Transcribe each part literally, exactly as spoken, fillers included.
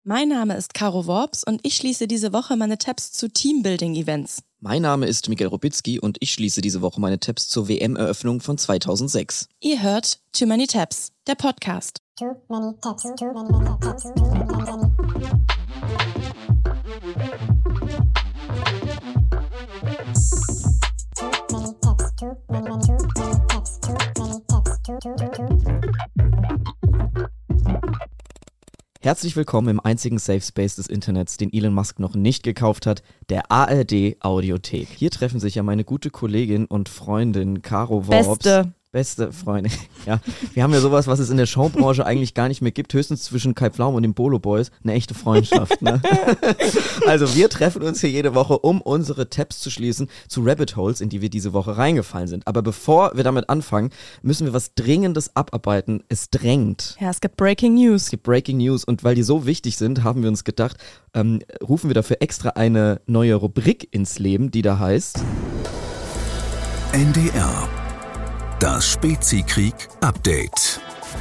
Mein Name ist Caro Worps und ich schließe diese Woche meine Tabs zu Teambuilding-Events. Mein Name ist Miguel Robitzky und ich schließe diese Woche meine Tabs zur W M-Eröffnung von zweitausendsechs. Ihr hört Too Many Tabs, der Podcast. Too many tabs, too many tabs, too many tabs. Herzlich willkommen im einzigen Safe Space des Internets, den Elon Musk noch nicht gekauft hat, der A R D Audiothek. Hier treffen sich ja meine gute Kollegin und Freundin Caro Worps. Beste. Beste Freundin. Ja, wir haben ja sowas, was es in der Showbranche eigentlich gar nicht mehr gibt, höchstens zwischen Kai Pflaume und den Bolo Boys, eine echte Freundschaft. Ne? Also wir treffen uns hier jede Woche, um unsere Tabs zu schließen zu Rabbit Holes, in die wir diese Woche reingefallen sind. Aber bevor wir damit anfangen, müssen wir was Dringendes abarbeiten. Es drängt. Ja, es gibt Breaking News. Es gibt Breaking News und weil die so wichtig sind, haben wir uns gedacht, ähm, rufen wir dafür extra eine neue Rubrik ins Leben, die da heißt N D R. Das Spezi-Krieg-Update.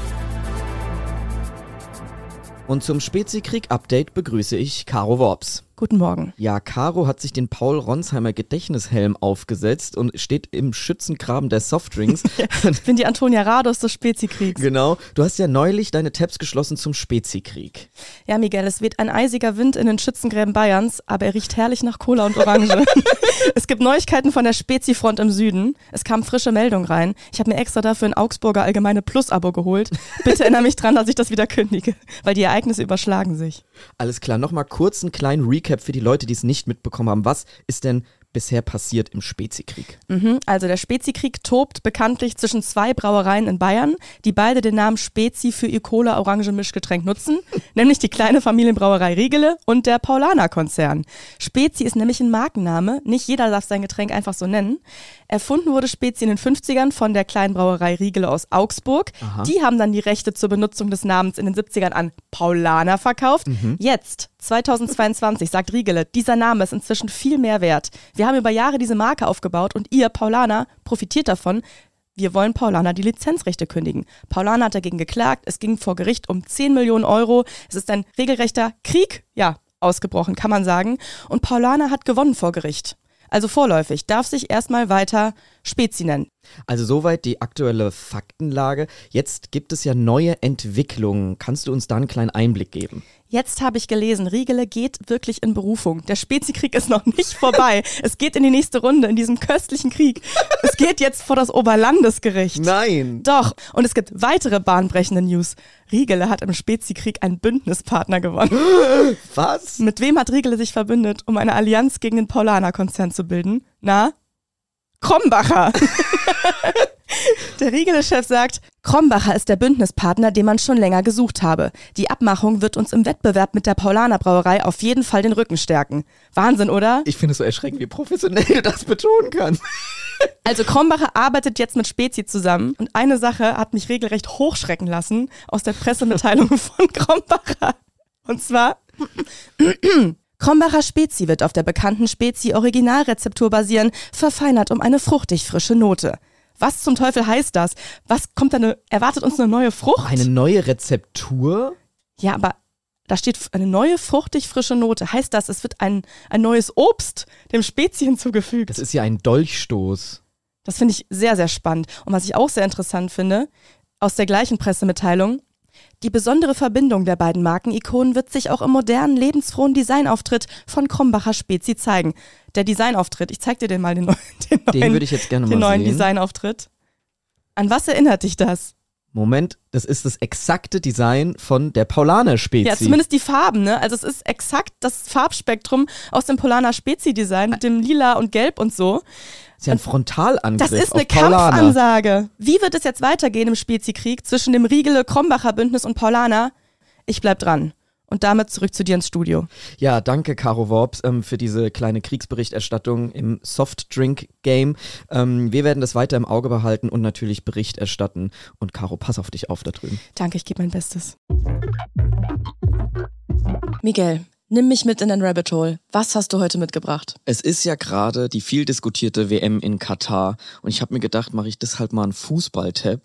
Und zum Spezi-Krieg-Update begrüße ich Caro Worps. Guten Morgen. Ja, Caro hat sich den Paul Ronsheimer Gedächtnishelm aufgesetzt und steht im Schützengraben der Softdrinks. Ich bin die Antonia Rados des Spezi-Kriegs. Genau, du hast ja neulich deine Tabs geschlossen zum Spezi-Krieg. Ja, Miguel, es weht ein eisiger Wind in den Schützengräben Bayerns, aber er riecht herrlich nach Cola und Orange. Es gibt Neuigkeiten von der Spezi-Front im Süden. Es kamen frische Meldungen rein. Ich habe mir extra dafür ein Augsburger Allgemeine Plus-Abo geholt. Bitte erinnere mich dran, dass ich das wieder kündige, weil die Ereignisse überschlagen sich. Alles klar, nochmal kurz einen kleinen Recap für die Leute, die es nicht mitbekommen haben. Was ist denn bisher passiert im Spezi-Krieg? Mhm, also der Spezi-Krieg tobt bekanntlich zwischen zwei Brauereien in Bayern, die beide den Namen Spezi für ihr Cola-Orange-Mischgetränk nutzen, nämlich die kleine Familienbrauerei Riegele und der Paulaner-Konzern. Spezi ist nämlich ein Markenname, nicht jeder darf sein Getränk einfach so nennen. Erfunden wurde Spezi in den fünfzigern von der kleinen Brauerei Riegele aus Augsburg. Aha. Die haben dann die Rechte zur Benutzung des Namens in den siebzigern an Paulaner verkauft. Mhm. Jetzt, zweitausendzweiundzwanzig, sagt Riegele, dieser Name ist inzwischen viel mehr wert. Wir haben über Jahre diese Marke aufgebaut und ihr, Paulaner, profitiert davon. Wir wollen Paulaner die Lizenzrechte kündigen. Paulaner hat dagegen geklagt. Es ging vor Gericht um zehn Millionen Euro. Es ist ein regelrechter Krieg, ja, ausgebrochen, kann man sagen. Und Paulaner hat gewonnen vor Gericht. Also vorläufig darf sich erstmal weiter Spezi nennen. Also soweit die aktuelle Faktenlage. Jetzt gibt es ja neue Entwicklungen. Kannst du uns da einen kleinen Einblick geben? Jetzt habe ich gelesen, Riegele geht wirklich in Berufung. Der Spezi-Krieg ist noch nicht vorbei. Es geht in die nächste Runde in diesem köstlichen Krieg. Es geht jetzt vor das Oberlandesgericht. Nein! Doch. Und es gibt weitere bahnbrechende News. Riegele hat im Spezi-Krieg einen Bündnispartner gewonnen. Was? Mit wem hat Riegele sich verbündet, um eine Allianz gegen den Paulaner-Konzern zu bilden? Na? Krombacher. Der Riegele-Chef sagt, Krombacher ist der Bündnispartner, den man schon länger gesucht habe. Die Abmachung wird uns im Wettbewerb mit der Paulaner Brauerei auf jeden Fall den Rücken stärken. Wahnsinn, oder? Ich finde es so erschreckend, wie professionell du das betonen kannst. Also Krombacher arbeitet jetzt mit Spezi zusammen und eine Sache hat mich regelrecht hochschrecken lassen aus der Pressemitteilung von Krombacher. Und zwar... Krombacher Spezi wird auf der bekannten Spezi-Originalrezeptur basieren, verfeinert um eine fruchtig frische Note. Was zum Teufel heißt das? Was kommt da eine, erwartet uns eine neue Frucht? Eine neue Rezeptur? Ja, aber da steht eine neue fruchtig frische Note. Heißt das, es wird ein, ein neues Obst dem Spezi hinzugefügt? Das ist ja ein Dolchstoß. Das finde ich sehr, sehr spannend. Und was ich auch sehr interessant finde, aus der gleichen Pressemitteilung, die besondere Verbindung der beiden Markenikonen wird sich auch im modernen, lebensfrohen Designauftritt von Krombacher Spezi zeigen. Der Designauftritt, ich zeig dir den mal, den, neuen, den neuen, Den würde ich jetzt gerne den mal neuen sehen. Designauftritt. An was erinnert dich das? Moment, das ist das exakte Design von der Paulaner Spezi. Ja, zumindest die Farben, ne? Also es ist exakt das Farbspektrum aus dem Paulaner Spezi-Design mit dem Lila und Gelb und so. Das ist ja ein Frontalangriff Das ist eine auf Paulaner. Kampfansage. Wie wird es jetzt weitergehen im Spezi-Krieg zwischen dem Riegele-Krombacher-Bündnis und Paulaner? Ich bleib dran. Und damit zurück zu dir ins Studio. Ja, danke Caro Worps ähm, für diese kleine Kriegsberichterstattung im Softdrink-Game. Ähm, wir werden das weiter im Auge behalten und natürlich Bericht erstatten. Und Caro, pass auf dich auf da drüben. Danke, ich gebe mein Bestes. Miguel, nimm mich mit in den Rabbit Hole. Was hast du heute mitgebracht? Es ist ja gerade die viel diskutierte W M in Katar und ich habe mir gedacht, mache ich deshalb mal einen Fußball-Tab.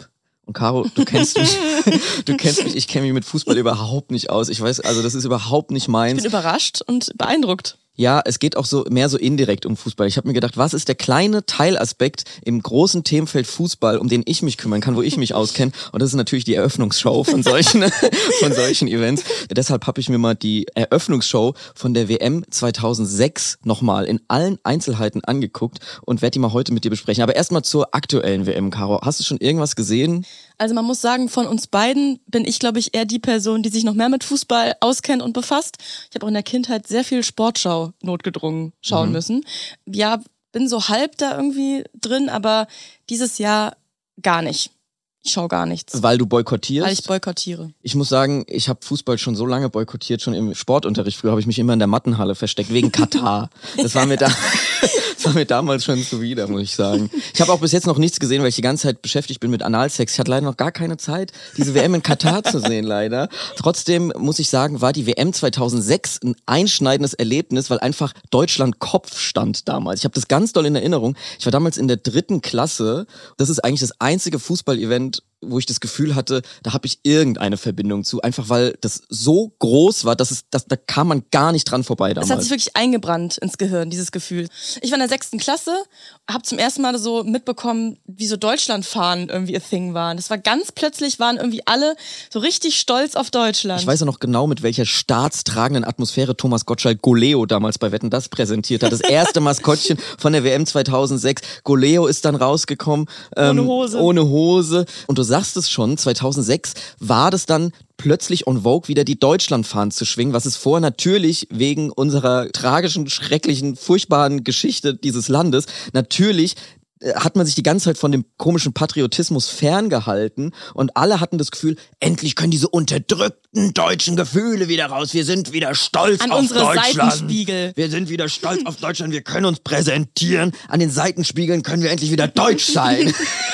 Und Caro, du kennst mich, du kennst mich, ich kenne mich mit Fußball überhaupt nicht aus. Ich weiß, also das ist überhaupt nicht meins. Ich bin überrascht und beeindruckt. Ja, es geht auch so mehr so indirekt um Fußball. Ich habe mir gedacht, was ist der kleine Teilaspekt im großen Themenfeld Fußball, um den ich mich kümmern kann, wo ich mich auskenne? Und das ist natürlich die Eröffnungsshow von solchen von solchen Events. Deshalb habe ich mir mal die Eröffnungsshow von der W M zweitausendsechs nochmal in allen Einzelheiten angeguckt und werde die mal heute mit dir besprechen. Aber erstmal zur aktuellen W M, Caro. Hast du schon irgendwas gesehen? Also man muss sagen, von uns beiden bin ich, glaube ich, eher die Person, die sich noch mehr mit Fußball auskennt und befasst. Ich habe auch in der Kindheit sehr viel Sportschau notgedrungen schauen mhm. müssen. Ja, bin so halb da irgendwie drin, aber dieses Jahr gar nicht. Ich schaue gar nichts. Weil du boykottierst? Weil ich boykottiere. Ich muss sagen, ich habe Fußball schon so lange boykottiert, schon im Sportunterricht. Früher habe ich mich immer in der Mattenhalle versteckt, wegen Katar. Das war mir da, das war mir damals schon zuwider, muss ich sagen. Ich habe auch bis jetzt noch nichts gesehen, weil ich die ganze Zeit beschäftigt bin mit Analsex. Ich hatte leider noch gar keine Zeit, diese W M in Katar zu sehen, leider. Trotzdem muss ich sagen, war die W M zweitausendsechs ein einschneidendes Erlebnis, weil einfach Deutschland Kopf stand damals. Ich habe das ganz doll in Erinnerung. Ich war damals in der dritten Klasse. Das ist eigentlich das einzige Fußball-Event, wo ich das Gefühl hatte, da habe ich irgendeine Verbindung zu, einfach weil das so groß war, dass es, dass, da kam man gar nicht dran vorbei damals. Es hat sich wirklich eingebrannt ins Gehirn, dieses Gefühl. Ich war in der sechsten Klasse, habe zum ersten Mal so mitbekommen, wie so Deutschlandfahren irgendwie a thing waren. Das war ganz plötzlich, waren irgendwie alle so richtig stolz auf Deutschland. Ich weiß auch noch genau, mit welcher staatstragenden Atmosphäre Thomas Gottschalk Goleo damals bei Wetten, das präsentiert hat. Das erste Maskottchen von der W M zweitausendsechs. Goleo ist dann rausgekommen. Ähm, ohne Hose. Ohne Hose. Und du sagst es schon, zweitausendsechs war das dann plötzlich en vogue, wieder die Deutschlandfahnen zu schwingen, was es vorher natürlich wegen unserer tragischen, schrecklichen, furchtbaren Geschichte dieses Landes natürlich hat man sich die ganze Zeit von dem komischen Patriotismus ferngehalten und alle hatten das Gefühl, endlich können diese unterdrückten deutschen Gefühle wieder raus. Wir sind wieder stolz An auf unsere Deutschland. Seitenspiegel. Wir sind wieder stolz auf Deutschland. Wir können uns präsentieren. An den Seitenspiegeln können wir endlich wieder deutsch sein.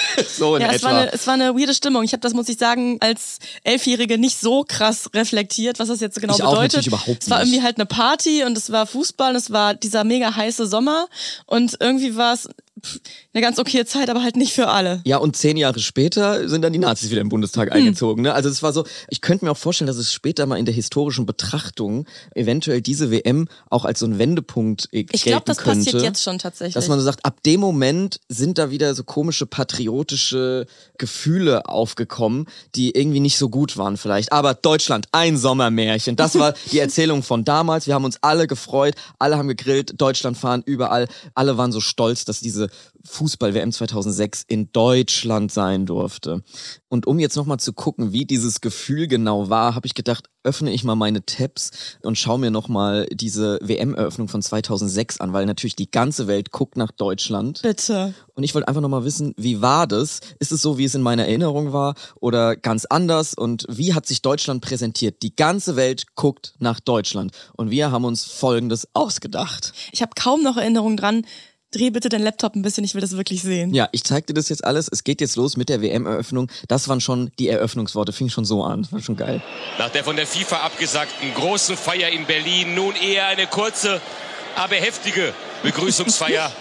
So in ja, etwa. Es war, eine, es war eine weirde Stimmung. Ich habe das, muss ich sagen, als Elfjährige nicht so krass reflektiert, was das jetzt genau ich auch bedeutet. natürlich überhaupt nicht. Es war irgendwie halt eine Party und es war Fußball und es war dieser mega heiße Sommer und irgendwie war es eine ganz okaye Zeit, aber halt nicht für alle. Ja, und zehn Jahre später sind dann die Nazis wieder im Bundestag hm. eingezogen. Ne? Also es war so, ich könnte mir auch vorstellen, dass es später mal in der historischen Betrachtung eventuell diese W M auch als so ein Wendepunkt äh, Ich glaube, das könnte, passiert jetzt schon tatsächlich. Dass man so sagt, ab dem Moment sind da wieder so komische patriotische Gefühle aufgekommen, die irgendwie nicht so gut waren vielleicht. Aber Deutschland, ein Sommermärchen. Das war die Erzählung von damals. Wir haben uns alle gefreut, alle haben gegrillt, Deutschland fahren überall. Alle waren so stolz, dass diese Fußball-W M zweitausendsechs in Deutschland sein durfte. Und um jetzt nochmal zu gucken, wie dieses Gefühl genau war, habe ich gedacht, öffne ich mal meine Tabs und schaue mir nochmal diese W M-Eröffnung von zweitausendsechs an, weil natürlich die ganze Welt guckt nach Deutschland. Bitte. Und ich wollte einfach nochmal wissen, wie war das? Ist es so, wie es in meiner Erinnerung war oder ganz anders? Und wie hat sich Deutschland präsentiert? Die ganze Welt guckt nach Deutschland. Und wir haben uns Folgendes ausgedacht. Ich habe kaum noch Erinnerung dran. Dreh bitte deinen Laptop ein bisschen, ich will das wirklich sehen. Ja, ich zeig dir das jetzt alles. Es geht jetzt los mit der W M-Eröffnung. Das waren schon die Eröffnungsworte, fing schon so an. War schon geil. Nach der von der FIFA abgesagten großen Feier in Berlin nun eher eine kurze, aber heftige Begrüßungsfeier.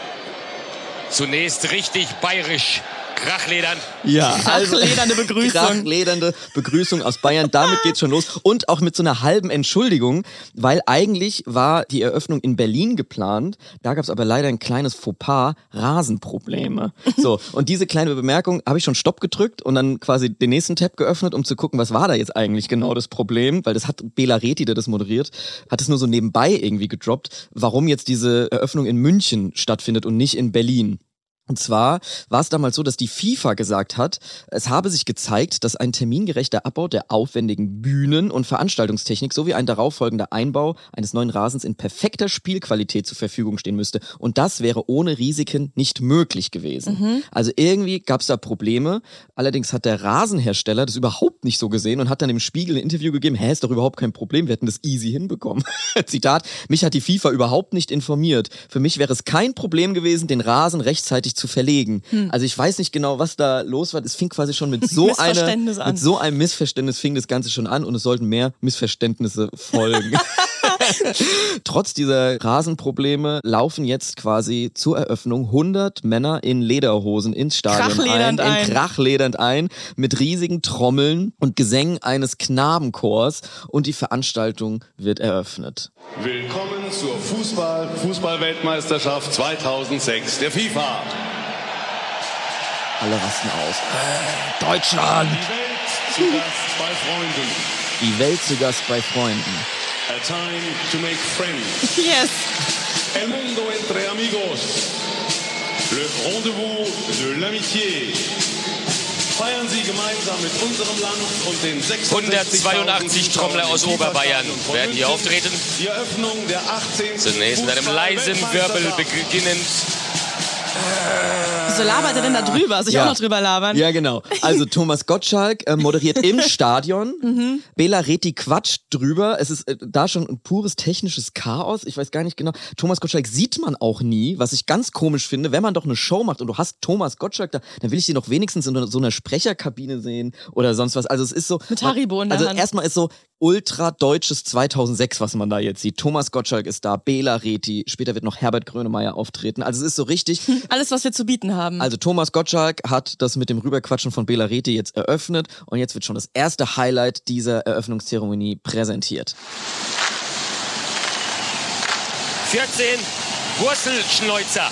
Zunächst richtig bayerisch. Krachledern. Ja, also krachledernde Begrüßung. Krachledernde Begrüßung aus Bayern. Damit geht's schon los. Und auch mit so einer halben Entschuldigung, weil eigentlich war die Eröffnung in Berlin geplant. Da gab's aber leider ein kleines Fauxpas, Rasenprobleme. So, und diese kleine Bemerkung habe ich schon Stopp gedrückt und dann quasi den nächsten Tab geöffnet, um zu gucken, was war da jetzt eigentlich genau das Problem, weil das hat Bela Reti, der das moderiert, hat es nur so nebenbei irgendwie gedroppt, warum jetzt diese Eröffnung in München stattfindet und nicht in Berlin. Und zwar war es damals so, dass die FIFA gesagt hat, es habe sich gezeigt, dass ein termingerechter Abbau der aufwendigen Bühnen- und Veranstaltungstechnik sowie ein darauffolgender Einbau eines neuen Rasens in perfekter Spielqualität zur Verfügung stehen müsste. Und das wäre ohne Risiken nicht möglich gewesen. Mhm. Also irgendwie gab es da Probleme. Allerdings hat der Rasenhersteller das überhaupt nicht so gesehen und hat dann im Spiegel ein Interview gegeben, hä, ist doch überhaupt kein Problem, wir hätten das easy hinbekommen. Zitat, mich hat die FIFA überhaupt nicht informiert. Für mich wäre es kein Problem gewesen, den Rasen rechtzeitig zu verlegen. Hm. Also ich weiß nicht genau, was da los war. Es fing quasi schon mit so, einer, mit so einem Missverständnis fing das Ganze schon an und es sollten mehr Missverständnisse folgen. Trotz dieser Rasenprobleme laufen jetzt quasi zur Eröffnung hundert Männer in Lederhosen ins Stadion Krachledernd ein, ein. in krachledernd ein, mit riesigen Trommeln und Gesängen eines Knabenchors und die Veranstaltung wird eröffnet. Willkommen zur Fußball Fußball-Weltmeisterschaft zweitausendsechs der FIFA. Alle rasten aus. Äh, Deutschland! Die Welt zu Gast bei Freunden. Die Welt zu Gast bei Freunden. A time to make friends. Yes. El mundo entre amigos. Le rendezvous de l'amitié. Feiern Sie gemeinsam mit unserem Land und den hundertzweiundachtzig Trommler aus Oberbayern werden hier auftreten. Die Eröffnung der achtzehnten Zunächst mit einem leisen Wirbel beginnend. Wieso labert er denn da drüber? Soll ich Ja. auch noch drüber labern? Ja, genau. Also Thomas Gottschalk äh, moderiert im Stadion. Mhm. Bela Reti quatscht drüber. Es ist äh, da schon ein pures technisches Chaos. Ich weiß gar nicht genau. Thomas Gottschalk sieht man auch nie, was ich ganz komisch finde. Wenn man doch eine Show macht und du hast Thomas Gottschalk da, dann will ich den doch wenigstens in so einer Sprecherkabine sehen oder sonst was. Also es ist so... Mit Haribo in der Also Hand. erstmal ist so ultra deutsches zweitausendsechs, was man da jetzt sieht. Thomas Gottschalk ist da, Bela Reti, später wird noch Herbert Grönemeyer auftreten. Also es ist so richtig... Alles, was wir zu bieten haben. Also Thomas Gottschalk hat das mit dem Rüberquatschen von Bela Reti jetzt eröffnet und jetzt wird schon das erste Highlight dieser Eröffnungszeremonie präsentiert. vierzehn Wurzelschneuzer.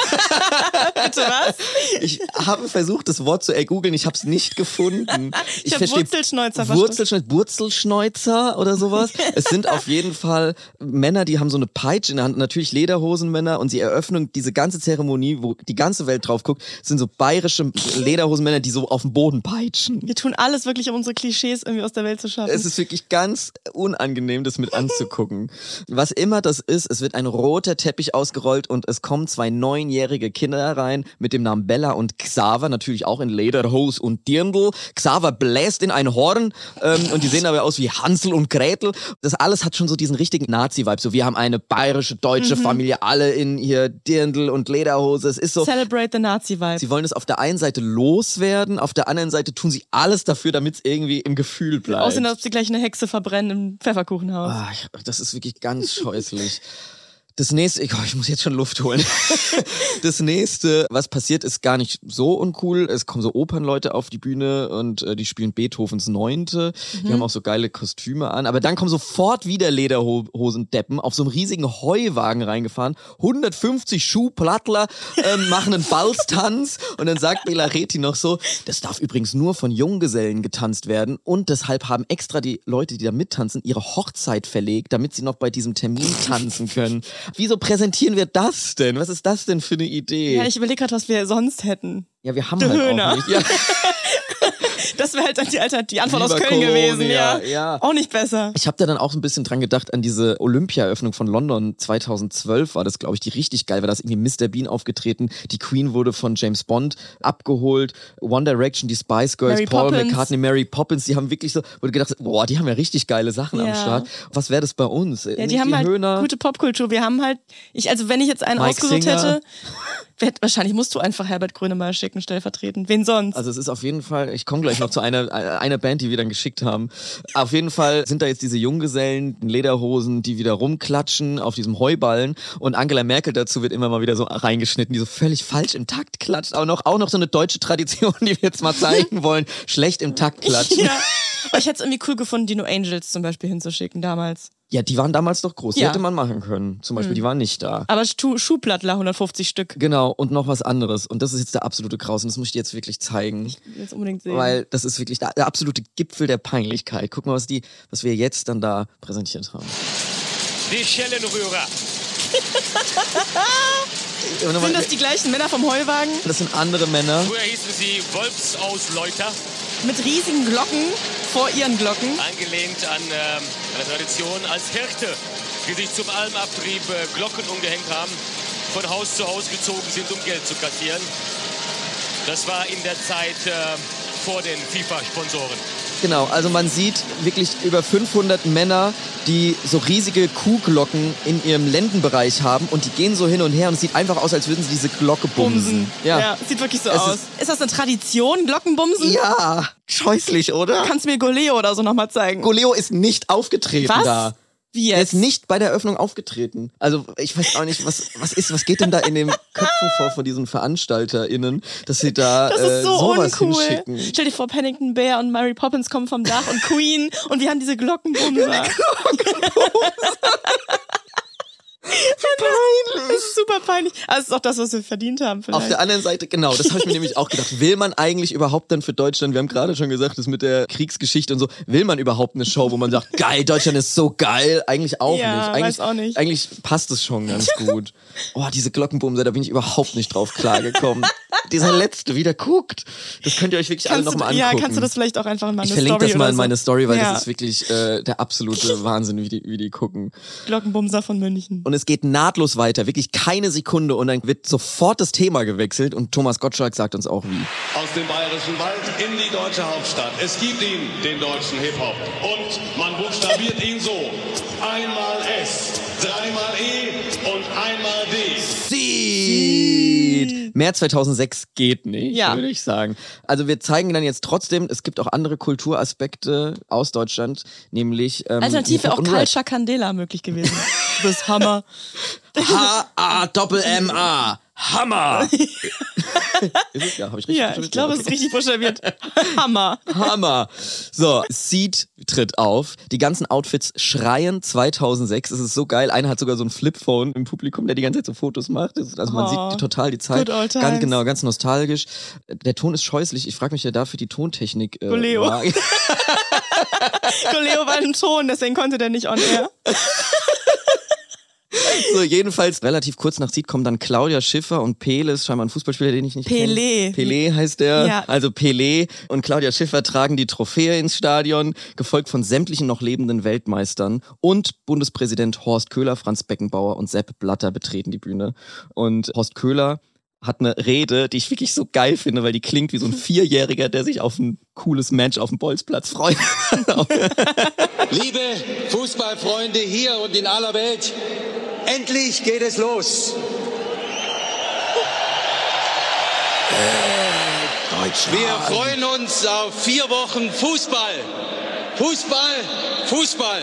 Bitte was? Ich habe versucht, das Wort zu ergoogeln, ich habe es nicht gefunden. Ich hab verstehe- Wurzelschneuzer verstanden. Wurzelschneuzer, Wurzelschneuzer oder sowas. Es sind auf jeden Fall Männer, die haben so eine Peitsche in der Hand, natürlich Lederhosenmänner und sie eröffnen diese ganze Zeremonie, wo die ganze Welt drauf guckt, sind so bayerische Lederhosenmänner, die so auf den Boden peitschen. Wir tun alles wirklich, um unsere Klischees irgendwie aus der Welt zu schaffen. Es ist wirklich ganz unangenehm, das mit anzugucken. Was immer das ist, es wird ein roter Teppich ausgerollt und es kommen zwei neunjährige Kinder rein mit dem Namen Bella und Xaver, natürlich auch in Lederhose und Dirndl. Xaver bläst in ein Horn ähm, und die sehen aber aus wie Hansel und Gretel. Das alles hat schon so diesen richtigen Nazi-Vibe. So, wir haben eine bayerische, deutsche Mhm. Familie, alle in hier Dirndl und Lederhose. Es ist so... Celebrate the Nazi-Vibe. Sie wollen es auf der einen Seite loswerden, auf der anderen Seite tun sie alles dafür, damit es irgendwie im Gefühl bleibt. Aussehen, als ob sie gleich eine Hexe verbrennen im Pfefferkuchenhaus. Ah, ich- das ist wirklich ganz scheußlich. Das nächste, ich, oh, ich muss jetzt schon Luft holen. Das nächste, was passiert, ist gar nicht so uncool. Es kommen so Opernleute auf die Bühne und äh, die spielen Beethovens Neunte. Die haben auch so geile Kostüme an. Aber dann kommen sofort wieder Lederhosendeppen auf so einem riesigen Heuwagen reingefahren. hundertfünfzig Schuhplattler ähm, machen einen Balztanz und dann sagt Bela Reti noch so, das darf übrigens nur von Junggesellen getanzt werden und deshalb haben extra die Leute, die da mittanzen, ihre Hochzeit verlegt, damit sie noch bei diesem Termin tanzen können. Wieso präsentieren wir das denn? Was ist das denn für eine Idee? Ja, ich überlege gerade, was wir sonst hätten. Ja, wir haben Der halt Höhner. auch nicht. Ja. Das wäre halt dann die, Alter, die Antwort Lieber aus Köln Corona, gewesen. Ja. ja. Auch nicht besser. Ich habe da dann auch so ein bisschen dran gedacht, an diese Olympia-Eröffnung von London zweitausendzwölf war das, glaube ich, die richtig geil war. Da ist irgendwie Mister Bean aufgetreten, die Queen wurde von James Bond abgeholt, One Direction, die Spice Girls, Mary Paul Poppins. McCartney, Mary Poppins, die haben wirklich so, wo du gedacht hast, boah, die haben ja richtig geile Sachen am Ja. Start. Was wäre das bei uns? Ja, die haben halt Höhner? gute Popkultur. Wir haben halt, ich, also wenn ich jetzt einen Mike ausgesucht Singer. hätte, wär, wahrscheinlich musst du einfach Herbert Grönemeyer schicken, stellvertretend. Wen sonst? Also es ist auf jeden Fall, ich komme gleich noch zu einer, einer Band, die wir dann geschickt haben. Auf jeden Fall sind da jetzt diese Junggesellen in Lederhosen, die wieder rumklatschen auf diesem Heuballen und Angela Merkel dazu wird immer mal wieder so reingeschnitten, die so völlig falsch im Takt klatscht. Auch noch, auch noch so eine deutsche Tradition, die wir jetzt mal zeigen wollen. Schlecht im Takt klatschen. Ja. Aber ich hätte es irgendwie cool gefunden, die No Angels zum Beispiel hinzuschicken damals. Ja, die waren damals doch groß. Die Ja. hätte man machen können. Zum Beispiel, die waren nicht da. Aber Schuh, Schuhplattler, hundertfünfzig Stück. Genau, und noch was anderes. Und das ist jetzt der absolute Kraus. Und das muss ich dir jetzt wirklich zeigen. Ich will jetzt unbedingt sehen. Weil das ist wirklich der, der absolute Gipfel der Peinlichkeit. Guck mal, was, die, was wir jetzt dann da präsentiert haben. Die Schellenrührer. Sind das die gleichen Männer vom Heuwagen? Das sind andere Männer. Früher hießen sie Wolfsausläuter, Mit riesigen Glocken vor ihren Glocken. angelehnt an ähm, eine Tradition als Hirte, die sich zum Almabtrieb äh, Glocken umgehängt haben, von Haus zu Haus gezogen sind, um Geld zu kassieren. Das war in der Zeit äh, vor den FIFA-Sponsoren. Genau, also man sieht wirklich über fünfhundert Männer, die so riesige Kuhglocken in ihrem Lendenbereich haben und die gehen so hin und her und es sieht einfach aus, als würden sie diese Glocke bumsen. Ja. sieht wirklich so Es aus. ist- Ist, das eine Tradition, Glockenbumsen? Ja, scheußlich, oder? Kannst du mir Goleo oder so nochmal zeigen? Goleo ist nicht aufgetreten Was? da. Wie Er jetzt? ist nicht bei der Eröffnung aufgetreten. Also ich weiß auch nicht, was, was ist, was geht denn da in den Köpfen vor von diesen VeranstalterInnen, dass sie da Das äh, ist so sowas uncool. hinschicken. Stell dir vor, Paddington Bear und Mary Poppins kommen vom Dach und Queen und wir haben diese Glockenbumser. Das ist super peinlich. Aber es ist auch das, was wir verdient haben vielleicht. Auf der anderen Seite, genau, das habe ich mir nämlich auch gedacht. Will man eigentlich überhaupt dann für Deutschland, wir haben gerade schon gesagt, das mit der Kriegsgeschichte und so, will man überhaupt eine Show, wo man sagt, geil, Deutschland ist so geil? Eigentlich auch Ja, nicht. Eigentlich, weiß auch nicht. Eigentlich passt es schon ganz gut. Oh, diese Glockenbumser, da bin ich überhaupt nicht drauf klargekommen. Dieser letzte, wie der guckt. Das könnt ihr euch wirklich alle Kannst nochmal du, angucken. ja, kannst du das vielleicht auch einfach mal Ich eine verlinke Story das mal oder in so. meine Story, weil ja. das ist wirklich äh, der absolute Wahnsinn, wie die, wie die gucken. Glockenbumser von München. Und es geht nahtlos weiter, wirklich keine Sekunde und dann wird sofort das Thema gewechselt und Thomas Gottschalk sagt uns auch wie. Aus dem bayerischen Wald in die deutsche Hauptstadt. Es gibt ihn, den deutschen Hip-Hop. Und man buchstabiert ihn so. Einmal S, dreimal E und einmal D. Seed. Mehr zweitausendsechs geht nicht, Ja. würde ich sagen. Also wir zeigen dann jetzt trotzdem, es gibt auch andere Kulturaspekte aus Deutschland, nämlich ähm, Alternativ wäre Hip-Hop auch und Rap. Kalscha Candela möglich gewesen. Du bist Hammer. H-A-Doppel-M-A. Hammer! Ist es? Ja, habe ich richtig Ja, buchstabiert? ich glaube, es ist richtig buchstabiert. Hammer. Hammer. So, Seed tritt auf. Die ganzen Outfits schreien zweitausendsechs. Es ist so geil. Einer hat sogar so ein Flipphone im Publikum, der die ganze Zeit so Fotos macht. Das ist, also man Oh, sieht total die Zeit. good old Ganz times. genau, ganz nostalgisch. Der Ton ist scheußlich. Ich frage mich, wer dafür die Tontechnik äh, Goleo. war. Leo war ein Ton, deswegen konnte der nicht on air. So, jedenfalls relativ kurz nach Seed kommen dann Claudia Schiffer und Pele, ist scheinbar ein Fußballspieler, den ich nicht kenne. Pelé. Pelé heißt der. Ja. Also Pelé und Claudia Schiffer tragen die Trophäe ins Stadion, gefolgt von sämtlichen noch lebenden Weltmeistern. Und Bundespräsident Horst Köhler, Franz Beckenbauer und Sepp Blatter betreten die Bühne. Und Horst Köhler hat eine Rede, die ich wirklich so geil finde, weil die klingt wie so ein Vierjähriger, der sich auf ein cooles Match auf dem Bolzplatz freut. Liebe Fußballfreunde hier und in aller Welt, endlich geht es los. Wir freuen uns auf vier Wochen Fußball. Fußball, Fußball.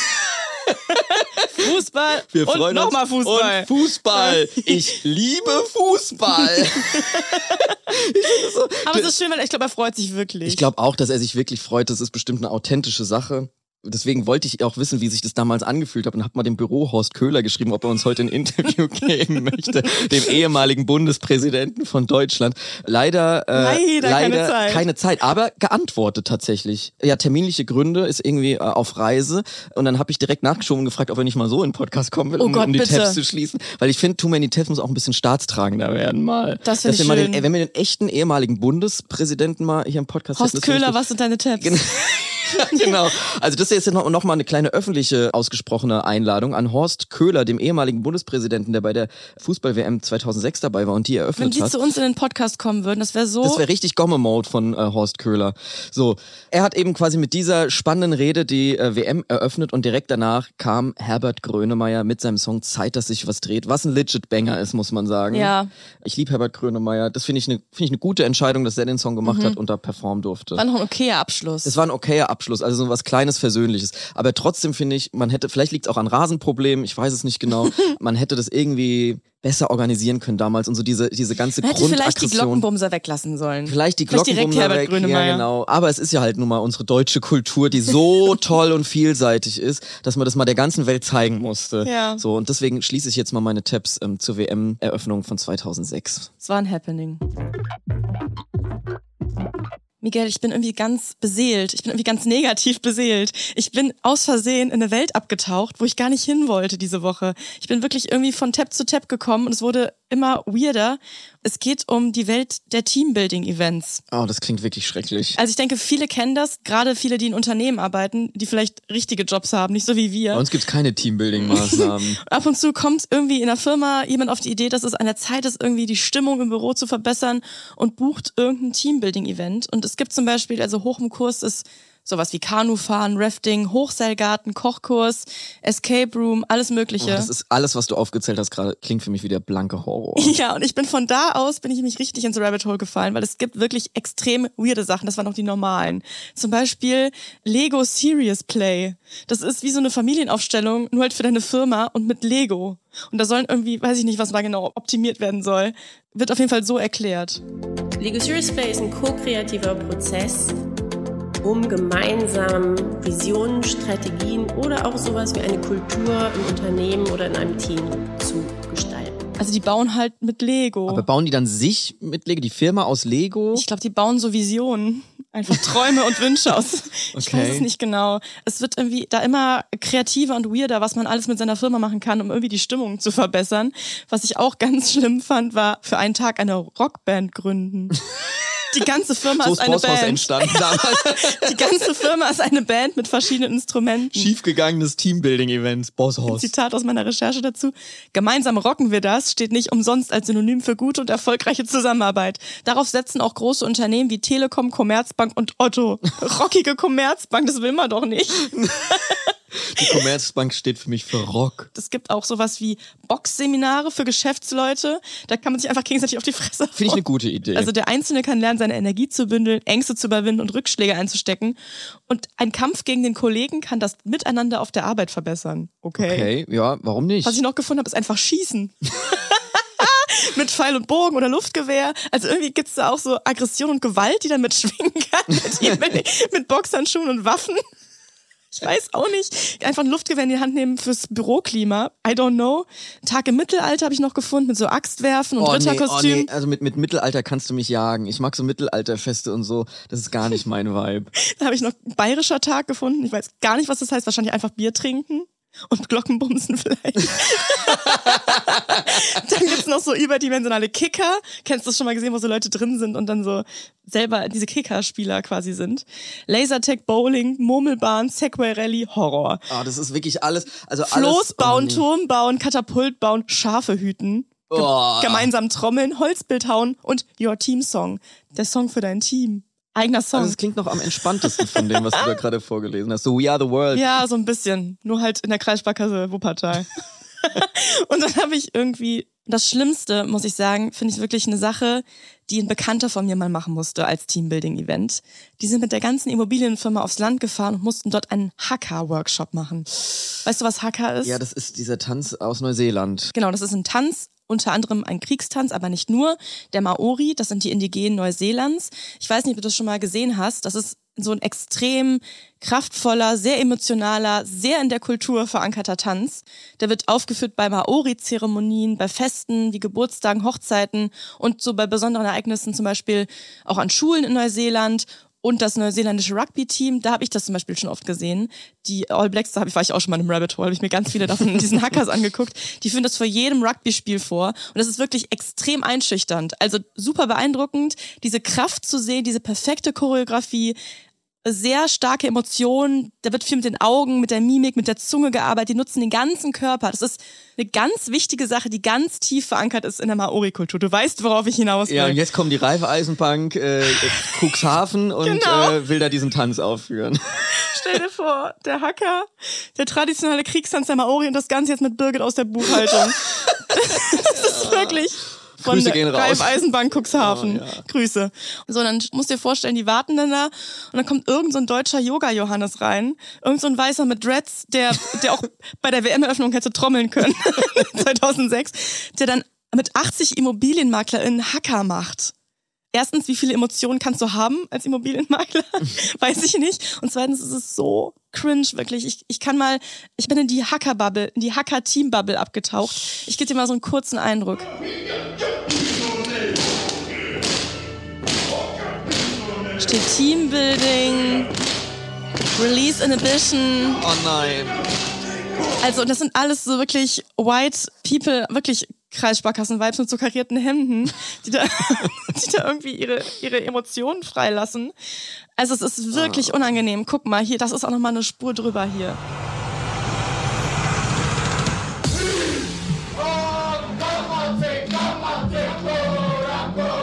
Fußball Wir und freuen nochmal uns. Fußball. Und Fußball. Ich liebe Fußball. Aber es ist schön, weil ich glaube, er freut sich wirklich. Ich glaube auch, dass er sich wirklich freut. Das ist bestimmt eine authentische Sache. Deswegen wollte ich auch wissen, wie sich das damals angefühlt hat und habe mal dem Büro Horst Köhler geschrieben, ob er uns heute ein Interview geben möchte, dem ehemaligen Bundespräsidenten von Deutschland. Leider, äh, Leider keine leider Zeit. keine Zeit, aber geantwortet tatsächlich. Ja, terminliche Gründe ist irgendwie äh, auf Reise und dann habe ich direkt nachgeschoben und gefragt, ob er nicht mal so in den Podcast kommen will, Oh um, Gott, um die bitte. Tabs zu schließen. Weil ich finde, Too Many Tabs muss auch ein bisschen staatstragender werden mal. Das find Dass ich wir mal schön. den, wenn wir den echten ehemaligen Bundespräsidenten mal hier im Podcast Horst hätten, das find ich Köhler, gut. was sind deine Tabs? Gen- Ja, genau. Also das ist jetzt noch, noch mal eine kleine öffentliche ausgesprochene Einladung an Horst Köhler, dem ehemaligen Bundespräsidenten, der bei der Fußball-W M zweitausendsechs dabei war und die Wenn eröffnet die hat. zu uns in den Podcast kommen würden, das wäre so... Das wäre richtig Gomme-Mode von äh, Horst Köhler. So, er hat eben quasi mit dieser spannenden Rede die äh, W M eröffnet und direkt danach kam Herbert Grönemeyer mit seinem Song Zeit, dass sich was dreht, was ein legit Banger ist, muss man sagen. Ja. Ich liebe Herbert Grönemeyer. Das finde ich eine finde ich eine gute Entscheidung, dass er den Song gemacht hat und da performen durfte. war noch ein okayer Abschluss. Es war ein okayer Abschluss, also so was Kleines, Versöhnliches. Aber trotzdem finde ich, man hätte, vielleicht liegt es auch an Rasenproblemen, ich weiß es nicht genau, man hätte das irgendwie besser organisieren können damals und so diese, diese ganze Man hätte vielleicht die Grundaggression. Glockenbumser weglassen sollen. Vielleicht die Vielleicht direkt Glockenbumser Herbert weg, Grönemeyer. ja genau. Aber es ist ja halt nun mal unsere deutsche Kultur, die so toll und vielseitig ist, dass man das mal der ganzen Welt zeigen musste. Ja. So, und deswegen schließe ich jetzt mal meine Tabs ähm, zur W M-Eröffnung von zweitausendsechs. Es war ein Happening. Miguel, ich bin irgendwie ganz beseelt. Ich bin irgendwie ganz negativ beseelt. Ich bin aus Versehen in eine Welt abgetaucht, wo ich gar nicht hin wollte diese Woche. Ich bin wirklich irgendwie von Tab zu Tab gekommen und es wurde immer weirder. Es geht um die Welt der Teambuilding-Events. Oh, das klingt wirklich schrecklich. Also ich denke, viele kennen das, gerade viele, die in Unternehmen arbeiten, die vielleicht richtige Jobs haben, nicht so wie wir. Bei uns gibt's keine Teambuilding-Maßnahmen. Ab und zu kommt irgendwie in der Firma jemand auf die Idee, dass es an der Zeit ist, irgendwie die Stimmung im Büro zu verbessern und bucht irgendein Teambuilding-Event. Und es gibt zum Beispiel, also hoch im Kurs ist Sowas wie Kanufahren, Rafting, Hochseilgarten, Kochkurs, Escape Room, alles mögliche. Oh, das ist alles, was du aufgezählt hast gerade, klingt für mich wie der blanke Horror. Ja, und ich bin von da aus, bin ich mich richtig ins Rabbit Hole gefallen, weil es gibt wirklich extrem weirde Sachen. Das waren noch die normalen. Zum Beispiel Lego Serious Play. Das ist wie so eine Familienaufstellung, nur halt für deine Firma und mit Lego. Und da sollen irgendwie, weiß ich nicht, was da genau optimiert werden soll. Wird auf jeden Fall so erklärt. Lego Serious Play ist ein ko-kreativer Prozess, um gemeinsam Visionen, Strategien oder auch sowas wie eine Kultur im Unternehmen oder in einem Team zu gestalten. Also die bauen halt mit Lego. Aber bauen die dann sich mit Lego, die Firma aus Lego? Ich glaube, die bauen so Visionen. Einfach Träume und Wünsche aus. Ich Okay. weiß es nicht genau. Es wird irgendwie da immer kreativer und weirder, was man alles mit seiner Firma machen kann, um irgendwie die Stimmung zu verbessern. Was ich auch ganz schlimm fand, war für einen Tag eine Rockband gründen. Die ganze Firma So ist ist eine Bosshaus Band. entstanden damals. Die ganze Firma ist eine Band mit verschiedenen Instrumenten. Schiefgegangenes Teambuilding-Event, Bosshaus. Zitat aus meiner Recherche dazu. Gemeinsam rocken wir das steht nicht umsonst als Synonym für gute und erfolgreiche Zusammenarbeit. Darauf setzen auch große Unternehmen wie Telekom, Commerzbank und Otto. Rockige Commerzbank, das will man doch nicht. Die Commerzbank steht für mich für Rock. Es gibt auch sowas wie Boxseminare für Geschäftsleute. Da kann man sich einfach gegenseitig auf die Fresse hauen. Finde ich eine gute Idee. Also der Einzelne kann lernen, seine Energie zu bündeln, Ängste zu überwinden und Rückschläge einzustecken. Und ein Kampf gegen den Kollegen kann das Miteinander auf der Arbeit verbessern. Okay. Okay, ja, warum nicht? Was ich noch gefunden habe, ist einfach Schießen. Mit Pfeil und Bogen oder Luftgewehr. Also irgendwie gibt's da auch so Aggression und Gewalt, die dann mitschwingen kann. Mit, mit Boxhandschuhen und Waffen. Ich weiß auch nicht. Einfach ein Luftgewehr in die Hand nehmen fürs Büroklima. I don't know. Tag im Mittelalter habe ich noch gefunden mit so Axtwerfen und Oh, nee, Ritterkostüm. oh nee, also mit, mit Mittelalter kannst du mich jagen. Ich mag so Mittelalterfeste und so. Das ist gar nicht mein Vibe. Da habe ich noch einen bayerischer Tag gefunden. Ich weiß gar nicht, was das heißt. Wahrscheinlich einfach Bier trinken. Und Glockenbumsen vielleicht. Dann gibt's noch so überdimensionale Kicker. Kennst du das schon mal gesehen, wo so Leute drin sind und dann so selber diese Kicker-Spieler quasi sind? Lasertag, Bowling, Murmelbahn, Segway Rally, Horror. Ah, das ist wirklich alles. Also Floß alles, bauen, oh, nee. Turm bauen, Katapult bauen, Schafe hüten. Ge Oh. Gemeinsam trommeln, Holzbild hauen und Your Team Song. Der Song für dein Team. Eigener Song. Also das klingt noch am entspanntesten von dem, was du da gerade vorgelesen hast. So We Are the World. Ja, so ein bisschen. Nur halt in der Kreissparkasse Wuppertal. Und dann habe ich irgendwie, das Schlimmste, muss ich sagen, finde ich wirklich eine Sache, die ein Bekannter von mir mal machen musste als Teambuilding-Event. Die sind mit der ganzen Immobilienfirma aufs Land gefahren und mussten dort einen Haka-Workshop machen. Weißt du, was Haka ist? Ja, das ist dieser Tanz aus Neuseeland. Genau, das ist ein Tanz, unter anderem ein Kriegstanz, aber nicht nur. Der Maori, das sind die Indigenen Neuseelands. Ich weiß nicht, ob du das schon mal gesehen hast. Das ist so ein extrem kraftvoller, sehr emotionaler, sehr in der Kultur verankerter Tanz. Der wird aufgeführt bei Maori-Zeremonien, bei Festen wie Geburtstagen, Hochzeiten und so bei besonderen Ereignissen, zum Beispiel auch an Schulen in Neuseeland. Und das neuseeländische Rugby-Team, da habe ich das zum Beispiel schon oft gesehen. Die All Blacks, da hab ich, war ich auch schon mal im Rabbit Hole, habe ich mir ganz viele davon in diesen Hackers angeguckt. Die führen das vor jedem Rugby-Spiel vor. Und das ist wirklich extrem einschüchternd. Also super beeindruckend, diese Kraft zu sehen, diese perfekte Choreografie, sehr starke Emotionen. Da wird viel mit den Augen, mit der Mimik, mit der Zunge gearbeitet. Die nutzen den ganzen Körper. Das ist eine ganz wichtige Sache, die ganz tief verankert ist in der Maori-Kultur. Du weißt, worauf ich hinaus will. Ja, und jetzt kommt die Raiffeisenbank äh, Cuxhaven und Genau. äh, will da diesen Tanz aufführen. Stell dir vor, der Hacker, der traditionelle Kriegstanz der Maori und das Ganze jetzt mit Birgit aus der Buchhaltung. Das ist wirklich von Grüße gehen raus. Raiffeisenbank Cuxhaven. Oh, ja. Grüße. So, dann musst du dir vorstellen, die warten dann da und dann kommt irgend so ein deutscher Yoga-Johannes rein. Irgend so ein Weißer mit Dreads, der, der auch bei der W M-Eröffnung hätte trommeln können. zweitausendsechs. Der dann mit achtzig ImmobilienmaklerInnen Hacker macht. Erstens, wie viele Emotionen kannst du haben als Immobilienmakler? Weiß ich nicht. Und zweitens ist es so cringe, wirklich. Ich, ich kann mal, ich bin in die Hacker-Bubble, in die Hacker-Team-Bubble abgetaucht. Ich gebe dir mal so einen kurzen Eindruck. Steht Teambuilding, Release Inhibition. Oh nein. Also das sind alles so wirklich white people, wirklich Kreissparkassen-Vibes mit so karierten Hemden, die da, die da irgendwie ihre, ihre Emotionen freilassen. Also es ist wirklich unangenehm. Guck mal, hier, das ist auch nochmal eine Spur drüber hier.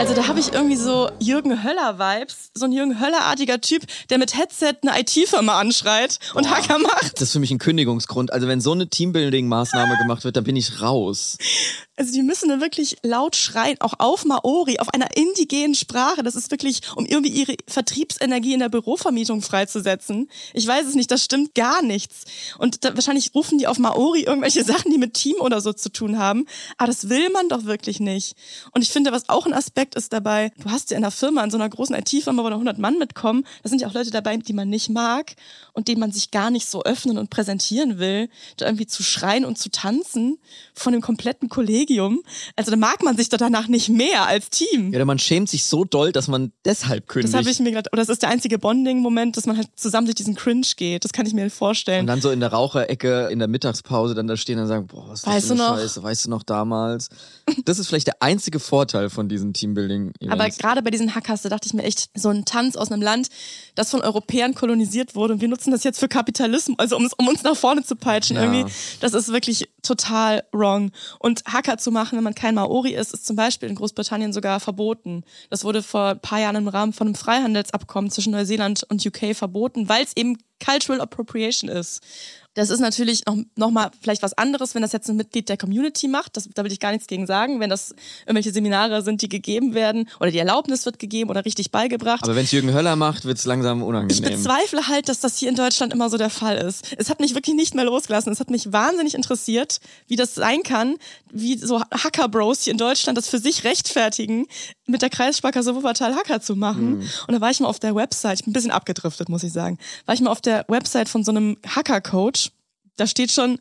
Also da habe ich irgendwie so Jürgen Höller-Vibes, so ein Jürgen Höller-artiger Typ, der mit Headset eine I T-Firma anschreit und Boah, Hacker macht. Das ist für mich ein Kündigungsgrund. Also wenn so eine Teambuilding-Maßnahme gemacht wird, dann bin ich raus. Also die müssen dann wirklich laut schreien, auch auf Maori, auf einer indigenen Sprache. Das ist wirklich, um irgendwie ihre Vertriebsenergie in der Bürovermietung freizusetzen. Ich weiß es nicht, das stimmt gar nichts. Und da, wahrscheinlich rufen die auf Maori irgendwelche Sachen, die mit Team oder so zu tun haben. Aber das will man doch wirklich nicht. Und ich finde, was auch ein Aspekt ist dabei, du hast ja in einer Firma, in so einer großen I T-Firma, wo da hundert Mann mitkommen, da sind ja auch Leute dabei, die man nicht mag und denen man sich gar nicht so öffnen und präsentieren will, da irgendwie zu schreien und zu tanzen von dem kompletten Kollegium. Also da mag man sich doch danach nicht mehr als Team. Ja, oder man schämt sich so doll, dass man deshalb kündigt. Das habe ich mir gedacht. Oder das ist der einzige Bonding-Moment, dass man halt zusammen durch diesen Cringe geht. Das kann ich mir vorstellen. Und dann so in der Raucherecke, in der Mittagspause dann da stehen und sagen, boah, was ist das weißt für eine du noch? Scheiße, weißt du noch damals? Das ist vielleicht der einzige Vorteil von diesen Teambuilding-Events. Aber gerade bei diesen Hackers, da dachte ich mir echt, so ein Tanz aus einem Land, das von Europäern kolonisiert wurde und wir nutzen das jetzt für Kapitalismus, also um, um uns nach vorne zu peitschen Ja. irgendwie. Das ist wirklich total wrong. Und Hacker zu machen, wenn man kein Maori ist, ist zum Beispiel in Großbritannien sogar verboten. Das wurde vor ein paar Jahren im Rahmen von einem Freihandelsabkommen zwischen Neuseeland und U K verboten, weil es eben Cultural Appropriation ist. Das ist natürlich noch, noch mal vielleicht was anderes, wenn das jetzt ein Mitglied der Community macht. Das, da will ich gar nichts gegen sagen. Wenn das irgendwelche Seminare sind, die gegeben werden oder die Erlaubnis wird gegeben oder richtig beigebracht. Aber wenn es Jürgen Höller macht, wird es langsam Ich unangenehm. bezweifle halt, dass das hier in Deutschland immer so der Fall ist. Es hat mich wirklich nicht mehr losgelassen. Es hat mich wahnsinnig interessiert, wie das sein kann, wie so Hacker-Bros hier in Deutschland das für sich rechtfertigen, mit der Kreissparkasse Wuppertal Hacker zu machen. Mhm. Und da war ich mal auf der Website, ich bin ein bisschen abgedriftet, muss ich sagen, war ich mal auf der Website von so einem Hacker-Coach. Da steht schon,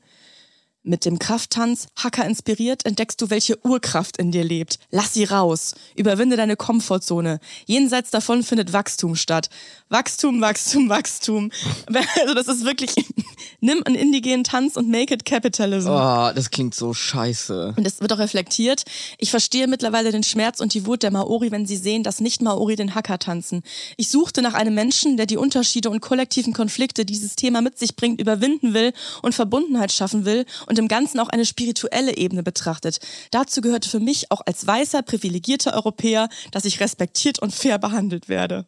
mit dem Krafttanz, Hacker inspiriert, entdeckst du, welche Urkraft in dir lebt. Lass sie raus. Überwinde deine Komfortzone. Jenseits davon findet Wachstum statt. Wachstum, Wachstum, Wachstum. Also das ist wirklich, nimm einen indigenen Tanz und make it capitalism. Oh, das klingt so scheiße. Und es wird auch reflektiert. Ich verstehe mittlerweile den Schmerz und die Wut der Maori, wenn sie sehen, dass Nicht-Maori den Hacker tanzen. Ich suchte nach einem Menschen, der die Unterschiede und kollektiven Konflikte, die dieses Thema mit sich bringt, überwinden will und Verbundenheit schaffen will und im Ganzen auch eine spirituelle Ebene betrachtet. Dazu gehörte für mich auch als weißer, privilegierter Europäer, dass ich respektiert und fair behandelt werde.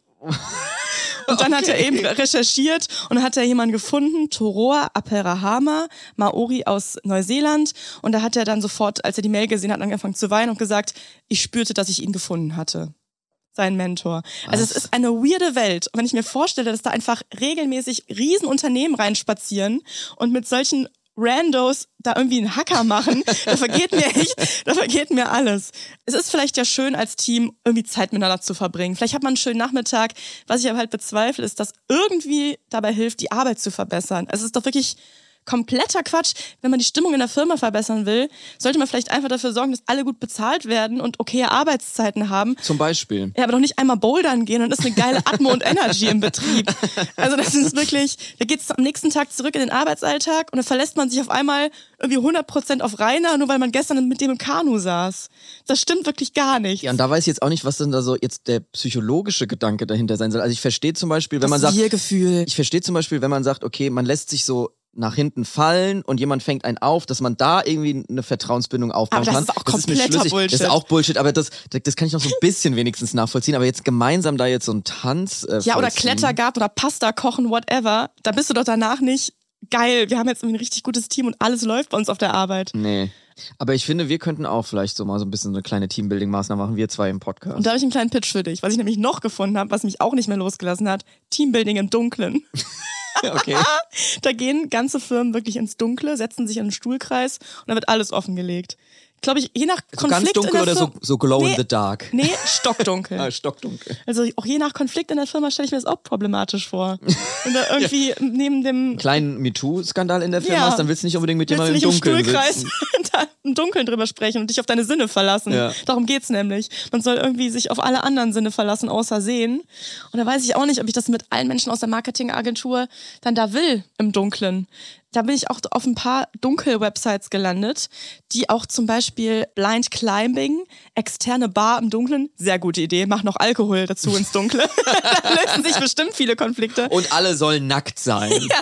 Und dann okay. hat er eben recherchiert und hat er jemanden gefunden, Toroa Aperahama, Maori aus Neuseeland. Und da hat er dann sofort, als er die Mail gesehen hat, angefangen zu weinen und gesagt, ich spürte, dass ich ihn gefunden hatte. Sein Mentor. Also Was? Es ist eine weirde Welt. Und wenn ich mir vorstelle, dass da einfach regelmäßig Riesenunternehmen reinspazieren und mit solchen Randos da irgendwie einen Hacker machen, da vergeht mir echt, da vergeht mir alles. Es ist vielleicht ja schön als Team irgendwie Zeit miteinander zu verbringen. Vielleicht hat man einen schönen Nachmittag. Was ich aber halt bezweifle, ist, dass irgendwie dabei hilft, die Arbeit zu verbessern. Es ist doch wirklich kompletter Quatsch. Wenn man die Stimmung in der Firma verbessern will, sollte man vielleicht einfach dafür sorgen, dass alle gut bezahlt werden und okaye Arbeitszeiten haben. Zum Beispiel. Ja, aber doch nicht einmal bouldern gehen und ist eine geile Atmo und Energy im Betrieb. Also das ist wirklich, da geht's am nächsten Tag zurück in den Arbeitsalltag und dann verlässt man sich auf einmal irgendwie hundert Prozent auf Rainer, nur weil man gestern mit dem im Kanu saß. Das stimmt wirklich gar nicht. Ja, und da weiß ich jetzt auch nicht, was denn da so jetzt der psychologische Gedanke dahinter sein soll. Also ich verstehe zum Beispiel, wenn das man sagt, Wir-Gefühl. ich verstehe zum Beispiel, wenn man sagt, okay, man lässt sich so nach hinten fallen und jemand fängt einen auf, dass man da irgendwie eine Vertrauensbindung aufbauen kann. Aber das kann. ist auch das kompletter ist mir schlüssig. Bullshit. Das ist auch Bullshit, aber das, das kann ich noch so ein bisschen wenigstens nachvollziehen. Aber jetzt gemeinsam da jetzt so einen Tanz äh, Ja, oder vollziehen. Klettergarten oder Pasta kochen, whatever. Da bist du doch danach nicht geil. Wir haben jetzt ein richtig gutes Team und alles läuft bei uns auf der Arbeit. Nee. Aber ich finde, wir könnten auch vielleicht so mal so ein bisschen eine kleine Teambuilding-Maßnahme machen, wir zwei im Podcast. Und da habe ich einen kleinen Pitch für dich, was ich nämlich noch gefunden habe, was mich auch nicht mehr losgelassen hat. Teambuilding im Dunkeln. Okay. Da gehen ganze Firmen wirklich ins Dunkle, setzen sich in einen Stuhlkreis und dann wird alles offengelegt. Glaube ich, je nach also Konflikt ganz dunkel in der oder Fir- so, so glow nee, in the dark? Nee, stockdunkel. ah, stockdunkel. Also auch je nach Konflikt in der Firma stelle ich mir das auch problematisch vor. Wenn da irgendwie neben dem kleinen MeToo-Skandal in der Firma Ja. ist, dann willst du nicht unbedingt mit willst du jemandem nicht im im Dunkeln Stuhlkreis sitzen. da im Dunkeln drüber sprechen und dich auf deine Sinne verlassen. Ja. Darum geht's nämlich. Man soll irgendwie sich auf alle anderen Sinne verlassen, außer sehen. Und da weiß ich auch nicht, ob ich das mit allen Menschen aus der Marketingagentur dann da will, im Dunklen. Da bin ich auch auf ein paar Dunkel-Websites gelandet, die auch zum Beispiel Blind Climbing, externe Bar im Dunkeln, sehr gute Idee, mach noch Alkohol dazu ins Dunkle. Da lösen sich bestimmt viele Konflikte. Und alle sollen nackt sein. Ja,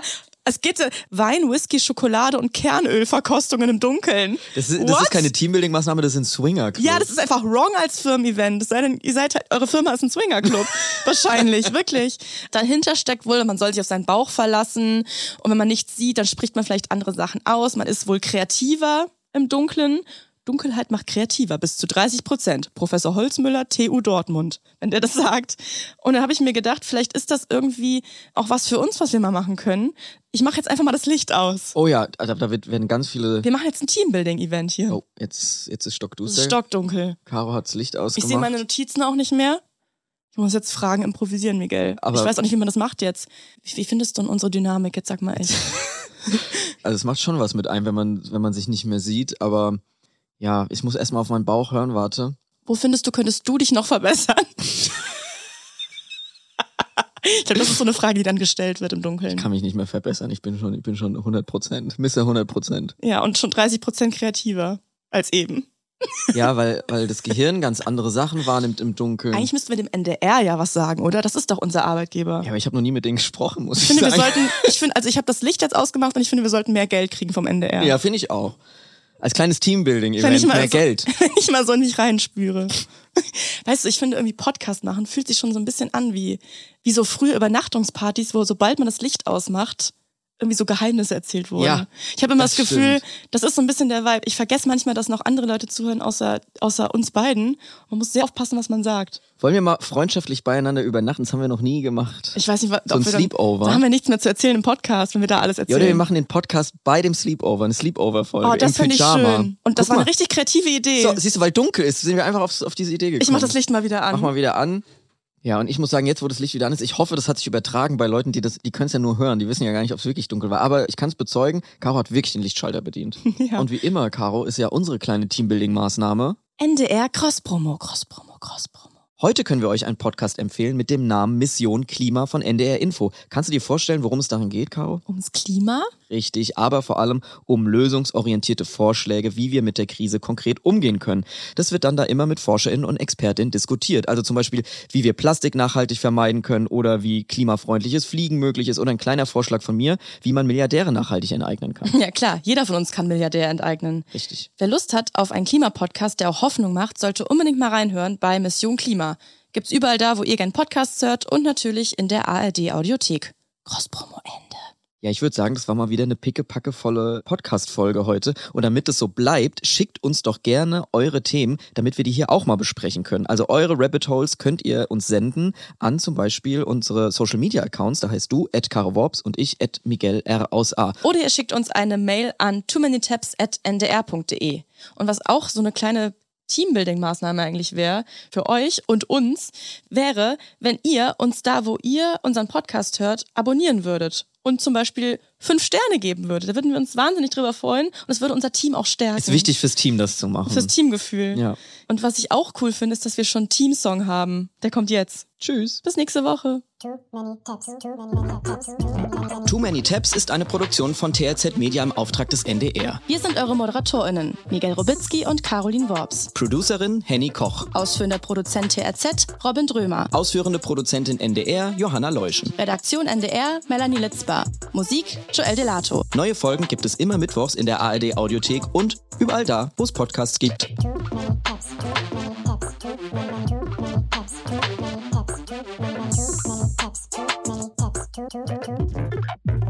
Es geht äh, Wein, Whisky, Schokolade und Kernölverkostungen im Dunkeln. Das ist, das ist keine Teambuilding-Maßnahme, das ist ein Swinger-Club. Ja, das ist einfach wrong als Firmen-Event. Es sei denn, ihr seid halt, eure Firma ist ein Swinger-Club. Wahrscheinlich, wirklich. Dahinter steckt wohl, man soll sich auf seinen Bauch verlassen. Und wenn man nichts sieht, dann spricht man vielleicht andere Sachen aus. Man ist wohl kreativer im Dunklen. Dunkelheit macht kreativer, bis zu dreißig Prozent. Professor Holzmüller, T U Dortmund, wenn der das sagt. Und dann habe ich mir gedacht, vielleicht ist das irgendwie auch was für uns, was wir mal machen können. Ich mache jetzt einfach mal das Licht aus. Oh ja, da, da wird, werden ganz viele... Wir machen jetzt ein Teambuilding-Event hier. Oh, jetzt, jetzt ist Es stockduster. ist stockdunkel. Caro hat das Licht ausgemacht. Ich sehe meine Notizen auch nicht mehr. Ich muss jetzt Fragen improvisieren, Miguel. Aber ich weiß auch nicht, wie man das macht jetzt. Wie, wie findest du denn unsere Dynamik? Jetzt sag mal echt. Also es macht schon was mit einem, wenn man, wenn man sich nicht mehr sieht, aber... Ja, ich muss erstmal auf meinen Bauch hören, warte. Wo findest du, könntest du dich noch verbessern? Ich glaube, das ist so eine Frage, die dann gestellt wird im Dunkeln. Ich kann mich nicht mehr verbessern, ich bin schon, ich bin schon hundert Prozent, Mister hundert Prozent. Ja, und schon dreißig Prozent kreativer als eben. Ja, weil, weil das Gehirn ganz andere Sachen wahrnimmt im Dunkeln. Eigentlich müssten wir dem N D R ja was sagen, oder? Das ist doch unser Arbeitgeber. Ja, aber ich habe noch nie mit denen gesprochen, muss ich, ich finde, sagen. wir sollten, ich finde, also ich habe das Licht jetzt ausgemacht und ich finde, wir sollten mehr Geld kriegen vom N D R. Ja, finde ich auch. Als kleines Teambuilding-Event, Wenn ich mal mehr so, Geld. Wenn ich mal so nicht reinspüre. Weißt du, ich finde irgendwie Podcast machen fühlt sich schon so ein bisschen an wie, wie so frühe Übernachtungspartys, wo sobald man das Licht ausmacht, irgendwie so Geheimnisse erzählt wurden. Ja, ich habe immer das, das Gefühl, stimmt. das ist so ein bisschen der Vibe. Ich vergesse manchmal, dass noch andere Leute zuhören, außer, außer uns beiden. Man muss sehr aufpassen, was man sagt. Wollen wir mal freundschaftlich beieinander übernachten? Das haben wir noch nie gemacht. Ich weiß nicht, ob so ein wir dann, Sleepover. Da haben wir nichts mehr zu erzählen im Podcast, wenn wir da alles Ja, erzählen. oder wir machen den Podcast bei dem Sleepover, eine Sleepover-Folge Oh, das im finde ich Pyjama. schön. Und das Guck war mal. eine richtig kreative Idee. So, siehst du, weil dunkel ist, sind wir einfach auf, auf diese Idee gekommen. Ich mach das Licht mal wieder an. Mach mal wieder an. Ja, und ich muss sagen, jetzt, wo das Licht wieder an ist, ich hoffe, das hat sich übertragen bei Leuten, die das, die können es ja nur hören, die wissen ja gar nicht, ob es wirklich dunkel war. Aber ich kann es bezeugen, Caro hat wirklich den Lichtschalter bedient. Ja. Und wie immer, Caro, ist ja unsere kleine Teambuilding-Maßnahme. N D R Cross-Promo, Cross-Promo, Cross-Promo. Heute können wir euch einen Podcast empfehlen mit dem Namen Mission Klima von N D R Info. Kannst du dir vorstellen, worum es darin geht, Caro? Ums Klima? Richtig, aber vor allem um lösungsorientierte Vorschläge, wie wir mit der Krise konkret umgehen können. Das wird dann da immer mit ForscherInnen und ExpertInnen diskutiert. Also zum Beispiel, wie wir Plastik nachhaltig vermeiden können oder wie klimafreundliches Fliegen möglich ist oder ein kleiner Vorschlag von mir, wie man Milliardäre nachhaltig enteignen kann. Ja klar, jeder von uns kann Milliardär enteignen. Richtig. Wer Lust hat auf einen Klimapodcast, der auch Hoffnung macht, sollte unbedingt mal reinhören bei Mission Klima. Gibt's überall da, wo ihr gern Podcasts hört und natürlich in der A R D-Audiothek. Cross-Promo Ende. Ja, ich würde sagen, das war mal wieder eine pickepackevolle Podcast-Folge heute. Und damit es so bleibt, schickt uns doch gerne eure Themen, damit wir die hier auch mal besprechen können. Also eure Rabbit Holes könnt ihr uns senden an zum Beispiel unsere Social-Media-Accounts. Da heißt du at Caro Worps und ich at Miguel R aus A. Oder ihr schickt uns eine Mail an too many tabs at n d r punkt d e. Und was auch so eine kleine Teambuilding-Maßnahme eigentlich wäre, für euch und uns, wäre, wenn ihr uns da, wo ihr unseren Podcast hört, abonnieren würdet und zum Beispiel fünf Sterne geben würdet. Da würden wir uns wahnsinnig drüber freuen und es würde unser Team auch stärken. Ist wichtig fürs Team, das zu machen. Fürs Teamgefühl. Ja. Und was ich auch cool finde, ist, dass wir schon einen Teamsong haben. Der kommt jetzt. Tschüss. Bis nächste Woche. Too many tabs, too many tabs, too many tabs. Too Many Tabs ist eine Produktion von T R Z Media im Auftrag des N D R. Wir sind eure ModeratorInnen, Miguel Robitzky und Caroline Worps. Producerin Henny Koch. Ausführender Produzent T R Z, Robin Drömer. Ausführende Produzentin N D R, Johanna Leuschen. Redaktion N D R, Melanie Litzbar. Musik, Joel Delato. Neue Folgen gibt es immer mittwochs in der A R D Audiothek und überall da, wo es Podcasts gibt. Too many tabs, too many tabs, too many, too many tabs, too many tabs, too many, too many tabs, too many tabs, too, too, too, too.